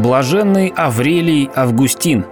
Блаженный Аврелий Августин.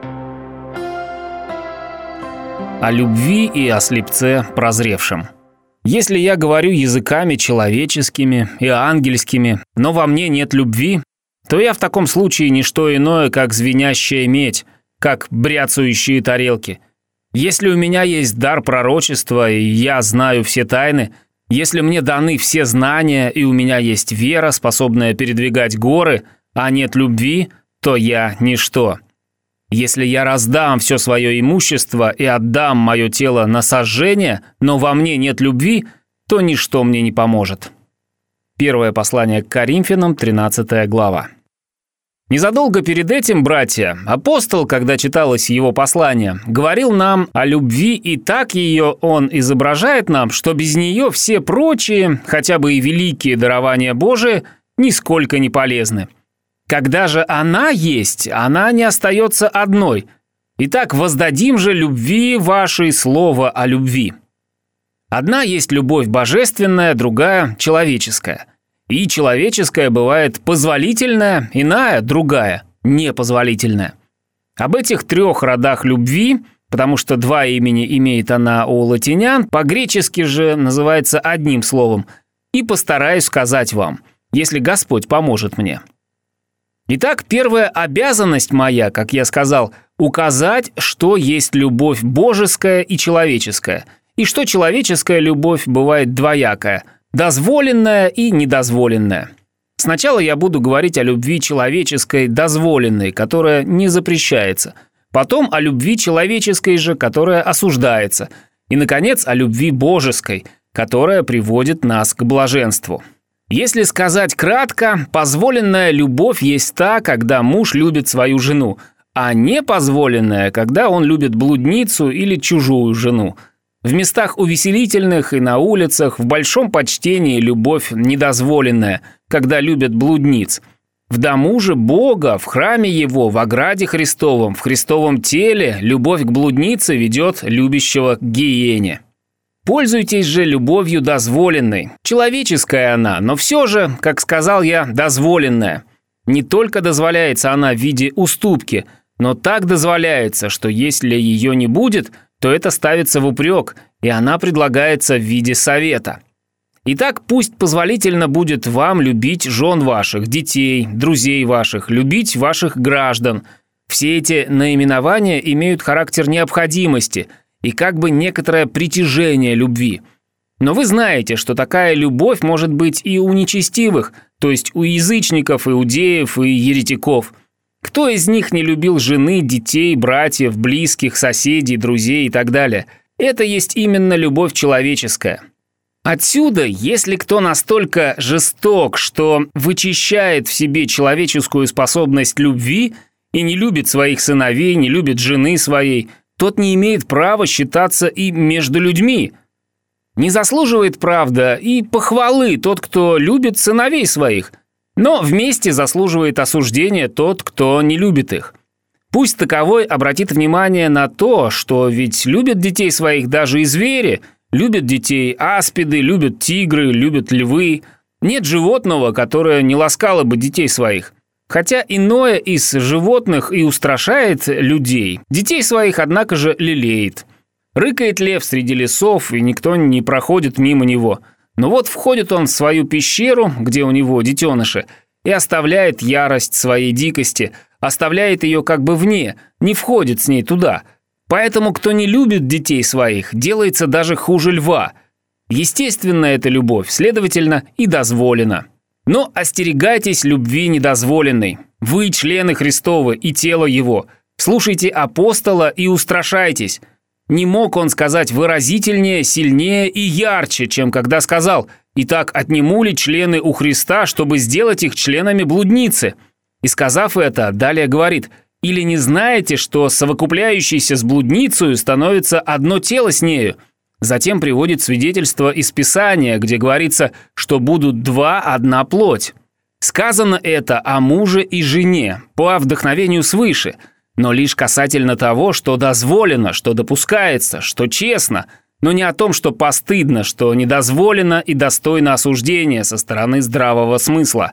О любви и о слепце прозревшем. Если я говорю языками человеческими и ангельскими, но во мне нет любви, то я в таком случае не что иное, как звенящая медь, как бряцающие тарелки. Если у меня есть дар пророчества, и я знаю все тайны, если мне даны все знания, и у меня есть вера, способная передвигать горы, а нет любви, то я ничто. Если я раздам все свое имущество и отдам мое тело на сожжение, но во мне нет любви, то ничто мне не поможет. Первое послание к Коринфянам, 13 глава. Незадолго перед этим, братья, апостол, когда читалось его послание, говорил нам о любви, и так ее он изображает нам, что без нее все прочие, хотя бы и великие дарования Божии, нисколько не полезны. Когда же она есть, она не остается одной. Итак, воздадим же любви вашей слово о любви. Одна есть любовь божественная, другая – человеческая. И человеческая бывает позволительная, иная – другая, непозволительная. Об этих трех родах любви, потому что два имени имеет она у латинян, по-гречески же называется одним словом, и постараюсь сказать вам, если Господь поможет мне. Итак, первая обязанность моя, как я сказал, указать, что есть любовь божеская и человеческая, и что человеческая любовь бывает двоякая – дозволенная и недозволенная. Сначала я буду говорить о любви человеческой дозволенной, которая не запрещается, потом о любви человеческой же, которая осуждается, и, наконец, о любви божеской, которая приводит нас к блаженству. Если сказать кратко, позволенная любовь есть та, когда муж любит свою жену, а непозволенная, когда он любит блудницу или чужую жену. В местах увеселительных и на улицах в большом почтении любовь недозволенная, когда любят блудниц. В дому же Бога, в храме Его, в ограде Христовом, в Христовом теле любовь к блуднице ведет любящего к гиене. Пользуйтесь же любовью дозволенной. Человеческая она, но все же, как сказал я, дозволенная. Не только дозволяется она в виде уступки, но так дозволяется, что если ее не будет, то это ставится в упрек, и она предлагается в виде совета. Итак, пусть позволительно будет вам любить жен ваших, детей, друзей ваших, любить ваших граждан. Все эти наименования имеют характер необходимости – и как бы некоторое притяжение любви. Но вы знаете, что такая любовь может быть и у нечестивых, то есть у язычников, иудеев и еретиков. Кто из них не любил жены, детей, братьев, близких, соседей, друзей и так далее? Это есть именно любовь человеческая. Отсюда, если кто настолько жесток, что вычищает в себе человеческую способность любви и не любит своих сыновей, не любит жены своей, тот не имеет права считаться и между людьми. Не заслуживает, правда, и похвалы тот, кто любит сыновей своих, но вместе заслуживает осуждения тот, кто не любит их. Пусть таковой обратит внимание на то, что ведь любят детей своих даже и звери, любят детей аспиды, любят тигры, любят львы. Нет животного, которое не ласкало бы детей своих. Хотя иное из животных и устрашает людей, детей своих, однако же, лелеет. Рыкает лев среди лесов, и никто не проходит мимо него. Но вот входит он в свою пещеру, где у него детеныши, и оставляет ярость своей дикости, оставляет ее как бы вне, не входит с ней туда. Поэтому, кто не любит детей своих, делается даже хуже льва. Естественно, это любовь, следовательно, и дозволена. Но остерегайтесь любви недозволенной. Вы члены Христовы и тело Его. Слушайте апостола и устрашайтесь. Не мог он сказать выразительнее, сильнее и ярче, чем когда сказал: «Итак, отниму ли члены у Христа, чтобы сделать их членами блудницы?» И сказав это, далее говорит: «Или не знаете, что совокупляющийся с блудницею становится одно тело с нею?» Затем приводит свидетельство из Писания, где говорится, что будут два одна плоть. Сказано это о муже и жене, по вдохновению свыше, но лишь касательно того, что дозволено, что допускается, что честно, но не о том, что постыдно, что недозволено и достойно осуждения со стороны здравого смысла.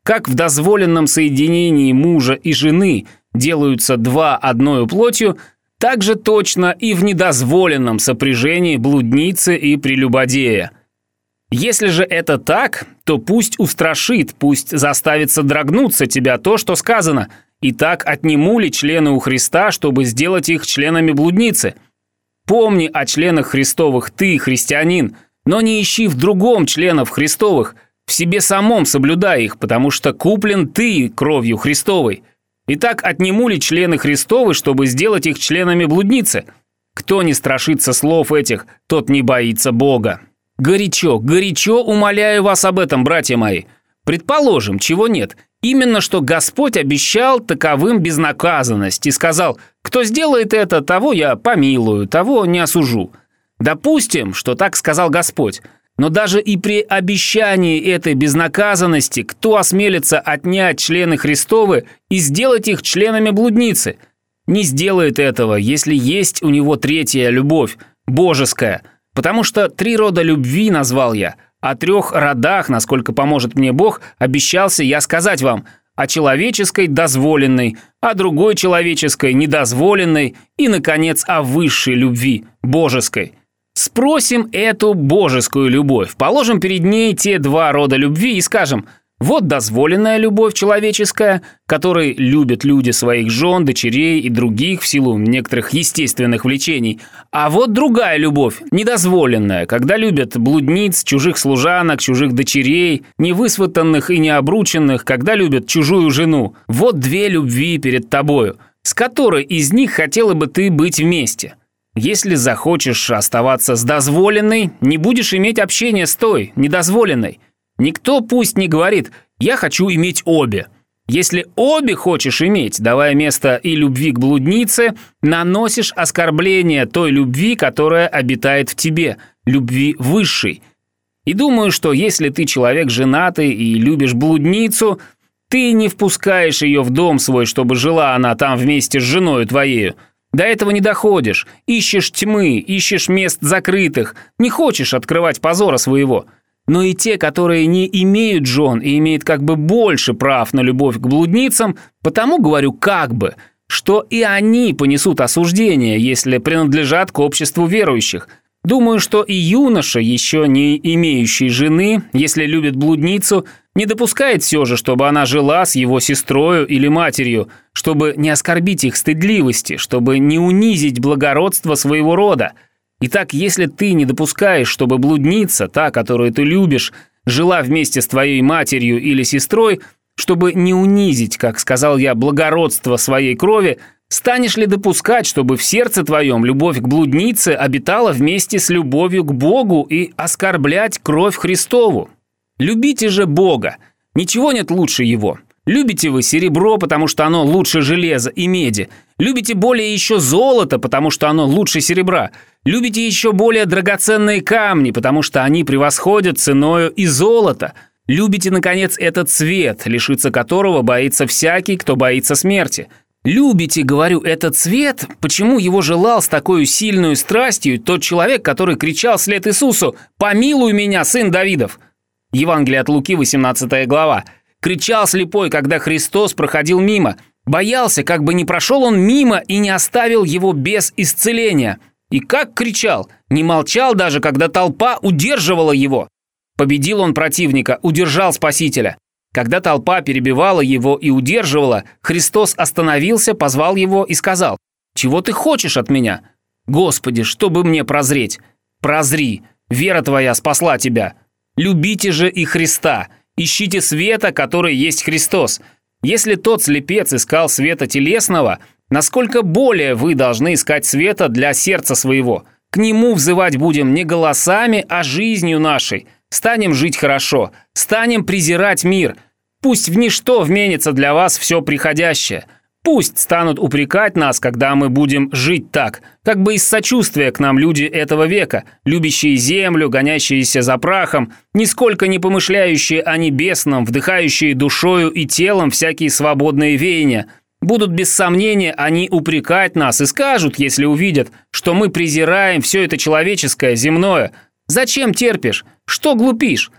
Как в дозволенном соединении мужа и жены делаются два одною плотью, так же точно и в недозволенном сопряжении блудницы и прелюбодея. Если же это так, то пусть устрашит, пусть заставит содрогнуться тебя то, что сказано. Итак, отниму ли члены у Христа, чтобы сделать их членами блудницы? Помни о членах Христовых ты, христианин, но не ищи в другом членов Христовых, в себе самом соблюдай их, потому что куплен ты кровью Христовой. Итак, отниму ли члены Христовы, чтобы сделать их членами блудницы? Кто не страшится слов этих, тот не боится Бога. Горячо, горячо умоляю вас об этом, братья мои. Предположим, чего нет, именно что Господь обещал таковым безнаказанность и сказал: кто сделает это, того я помилую, того не осужу. Допустим, что так сказал Господь, но даже и при обещании этой безнаказанности кто осмелится отнять члены Христовы и сделать их членами блудницы? Не сделает этого, если есть у него третья любовь, божеская. Потому что 3 рода любви назвал я, о 3 родах, насколько поможет мне Бог, обещался я сказать вам: о человеческой дозволенной, о другой человеческой недозволенной и, наконец, о высшей любви, божеской. Спросим эту божескую любовь, положим перед ней те 2 рода любви и скажем: вот дозволенная любовь человеческая, которой любят люди своих жен, дочерей и других в силу некоторых естественных влечений, а вот другая любовь, недозволенная, когда любят блудниц, чужих служанок, чужих дочерей, невысватанных и необрученных, когда любят чужую жену. Вот 2 любви перед тобою, с которой из них хотела бы ты быть вместе. Если захочешь оставаться с дозволенной, не будешь иметь общения с той, недозволенной. Никто пусть не говорит: «я хочу иметь обе». Если обе хочешь иметь, давая место и любви к блуднице, наносишь оскорбление той любви, которая обитает в тебе, любви высшей. И думаю, что если ты человек женатый и любишь блудницу, ты не впускаешь ее в дом свой, чтобы жила она там вместе с женою твоею. До этого не доходишь, ищешь тьмы, ищешь мест закрытых, не хочешь открывать позора своего. Но и те, которые не имеют жен и имеют как бы больше прав на любовь к блудницам, потому говорю как бы, что и они понесут осуждение, если принадлежат к обществу верующих. Думаю, что и юноша, еще не имеющий жены, если любит блудницу, не допускает все же, чтобы она жила с его сестрою или матерью, чтобы не оскорбить их стыдливости, чтобы не унизить благородство своего рода. Итак, если ты не допускаешь, чтобы блудница, та, которую ты любишь, жила вместе с твоей матерью или сестрой, чтобы не унизить, как сказал я, благородство своей крови, станешь ли допускать, чтобы в сердце твоем любовь к блуднице обитала вместе с любовью к Богу и оскорблять кровь Христову? Любите же Бога, ничего нет лучше Его. Любите вы серебро, потому что оно лучше железа и меди. Любите более еще золото, потому что оно лучше серебра. Любите еще более драгоценные камни, потому что они превосходят ценою и золото. Любите, наконец, этот свет, лишиться которого боится всякий, кто боится смерти. Любите, говорю, этот свет, почему его желал с такой сильной страстью тот человек, который кричал вслед Иисусу: «Помилуй меня, сын Давидов!» Евангелие от Луки, 18 глава. Кричал слепой, когда Христос проходил мимо. Боялся, как бы не прошел он мимо и не оставил его без исцеления. И как кричал, не молчал даже, когда толпа удерживала его. Победил он противника, удержал Спасителя. Когда толпа перебивала его и удерживала, Христос остановился, позвал его и сказал: «Чего ты хочешь от меня? Господи, чтобы мне прозреть? Прозри, вера твоя спасла тебя. Любите же и Христа, ищите света, который есть Христос. Если тот слепец искал света телесного, насколько более вы должны искать света для сердца своего. К нему взывать будем не голосами, а жизнью нашей. Станем жить хорошо, станем презирать мир. Пусть в ничто вменится для вас все приходящее. Пусть станут упрекать нас, когда мы будем жить так, как бы из сочувствия к нам люди этого века, любящие землю, гонящиеся за прахом, нисколько не помышляющие о небесном, вдыхающие душою и телом всякие свободные веяния. Будут без сомнения они упрекать нас и скажут, если увидят, что мы презираем все это человеческое, земное. Зачем терпишь? Что глупишь?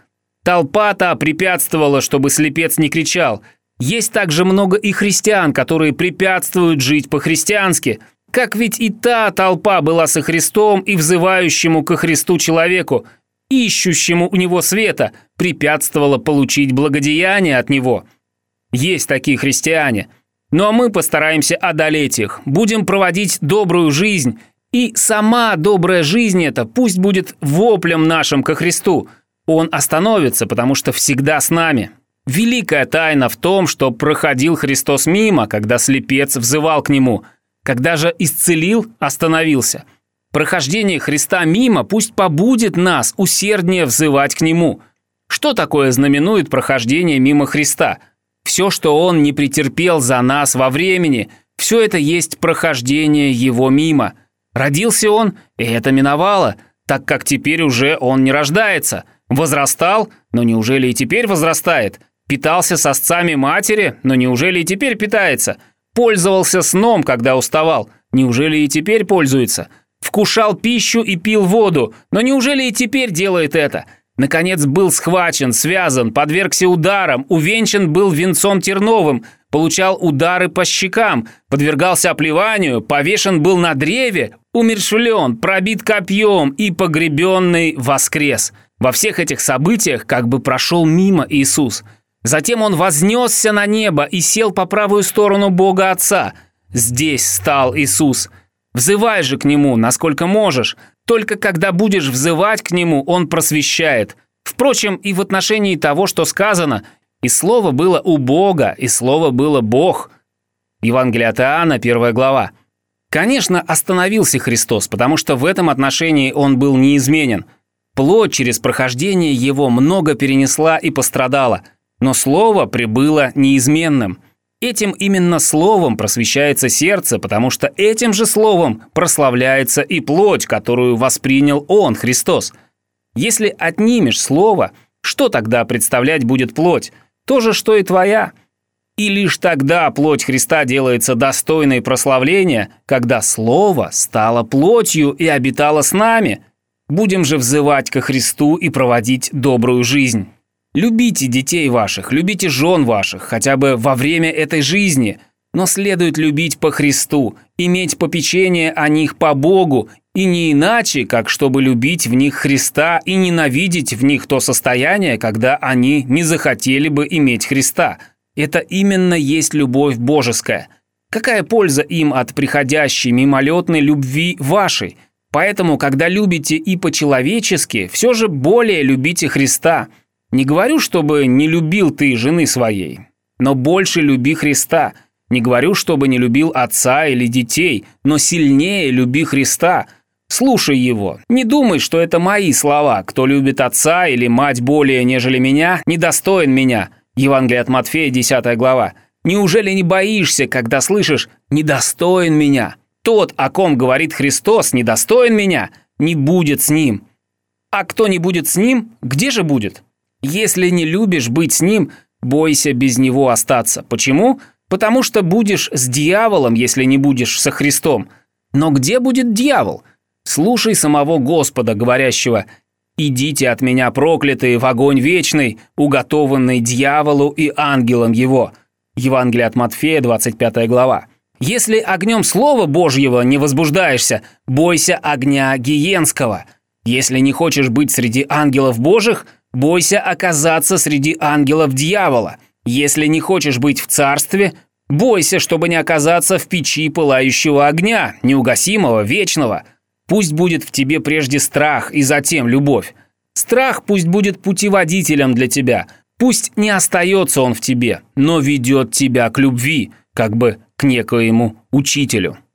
Толпа-то препятствовала, чтобы слепец не кричал. Есть также много и христиан, которые препятствуют жить по-христиански. Как ведь и та толпа была со Христом и взывающему ко Христу человеку, ищущему у него света, препятствовала получить благодеяние от него. Есть такие христиане. Ну а мы постараемся одолеть их, будем проводить добрую жизнь, и сама добрая жизнь эта пусть будет воплем нашим ко Христу. Он остановится, потому что всегда с нами. Великая тайна в том, что проходил Христос мимо, когда слепец взывал к Нему. Когда же исцелил, остановился. Прохождение Христа мимо пусть побудет нас усерднее взывать к Нему. Что такое знаменует прохождение мимо Христа? Все, что Он не претерпел за нас во времени, все это есть прохождение Его мимо. Родился Он, и это миновало, так как теперь уже Он не рождается. Возрастал, но неужели и теперь возрастает? Питался сосцами матери, но неужели и теперь питается? Пользовался сном, когда уставал, неужели и теперь пользуется? Вкушал пищу и пил воду, но неужели и теперь делает это? Наконец был схвачен, связан, подвергся ударам, увенчан был венцом терновым, получал удары по щекам, подвергался оплеванию, повешен был на древе, умерщвлен, пробит копьем и погребенный воскрес. Во всех этих событиях как бы прошел мимо Иисус. Затем Он вознесся на небо и сел по правую сторону Бога Отца. Здесь стал Иисус. Взывай же к Нему, насколько можешь. Только когда будешь взывать к Нему, Он просвещает. Впрочем, и в отношении того, что сказано, и Слово было у Бога, и Слово было Бог. Евангелие от Иоанна, 1 глава. Конечно, остановился Христос, потому что в этом отношении Он был неизменен. Плоть через прохождение Его много перенесла и пострадала, но Слово пребыло неизменным. Этим именно Словом просвещается сердце, потому что этим же Словом прославляется и плоть, которую воспринял Он, Христос. Если отнимешь Слово, что тогда представлять будет плоть? То же, что и твоя. И лишь тогда плоть Христа делается достойной прославления, когда Слово стало плотью и обитало с нами. Будем же взывать ко Христу и проводить добрую жизнь. Любите детей ваших, любите жен ваших, хотя бы во время этой жизни, но следует любить по Христу, иметь попечение о них по Богу, и не иначе, как чтобы любить в них Христа и ненавидеть в них то состояние, когда они не захотели бы иметь Христа. Это именно есть любовь божеская. Какая польза им от приходящей мимолетной любви вашей? Поэтому, когда любите и по-человечески, все же более любите Христа. Не говорю, чтобы не любил ты жены своей, но больше люби Христа. Не говорю, чтобы не любил отца или детей, но сильнее люби Христа. Слушай Его. Не думай, что это мои слова. Кто любит отца или мать более, нежели меня, недостоин меня. Евангелие от Матфея, 10 глава. Неужели не боишься, когда слышишь «недостоин меня»? Тот, о ком говорит Христос, недостоин меня, не будет с Ним. А кто не будет с Ним, где же будет? Если не любишь быть с Ним, бойся без Него остаться. Почему? Потому что будешь с дьяволом, если не будешь со Христом. Но где будет дьявол? Слушай самого Господа, говорящего: «Идите от меня, проклятые, в огонь вечный, уготованный дьяволу и ангелам его». Евангелие от Матфея, 25 глава. Если огнем Слова Божьего не возбуждаешься, бойся огня гиенского. Если не хочешь быть среди ангелов Божьих, бойся оказаться среди ангелов дьявола. Если не хочешь быть в царстве, бойся, чтобы не оказаться в печи пылающего огня, неугасимого, вечного. Пусть будет в тебе прежде страх и затем любовь. Страх пусть будет путеводителем для тебя. Пусть не остается он в тебе, но ведет тебя к любви, как бы к некоему учителю.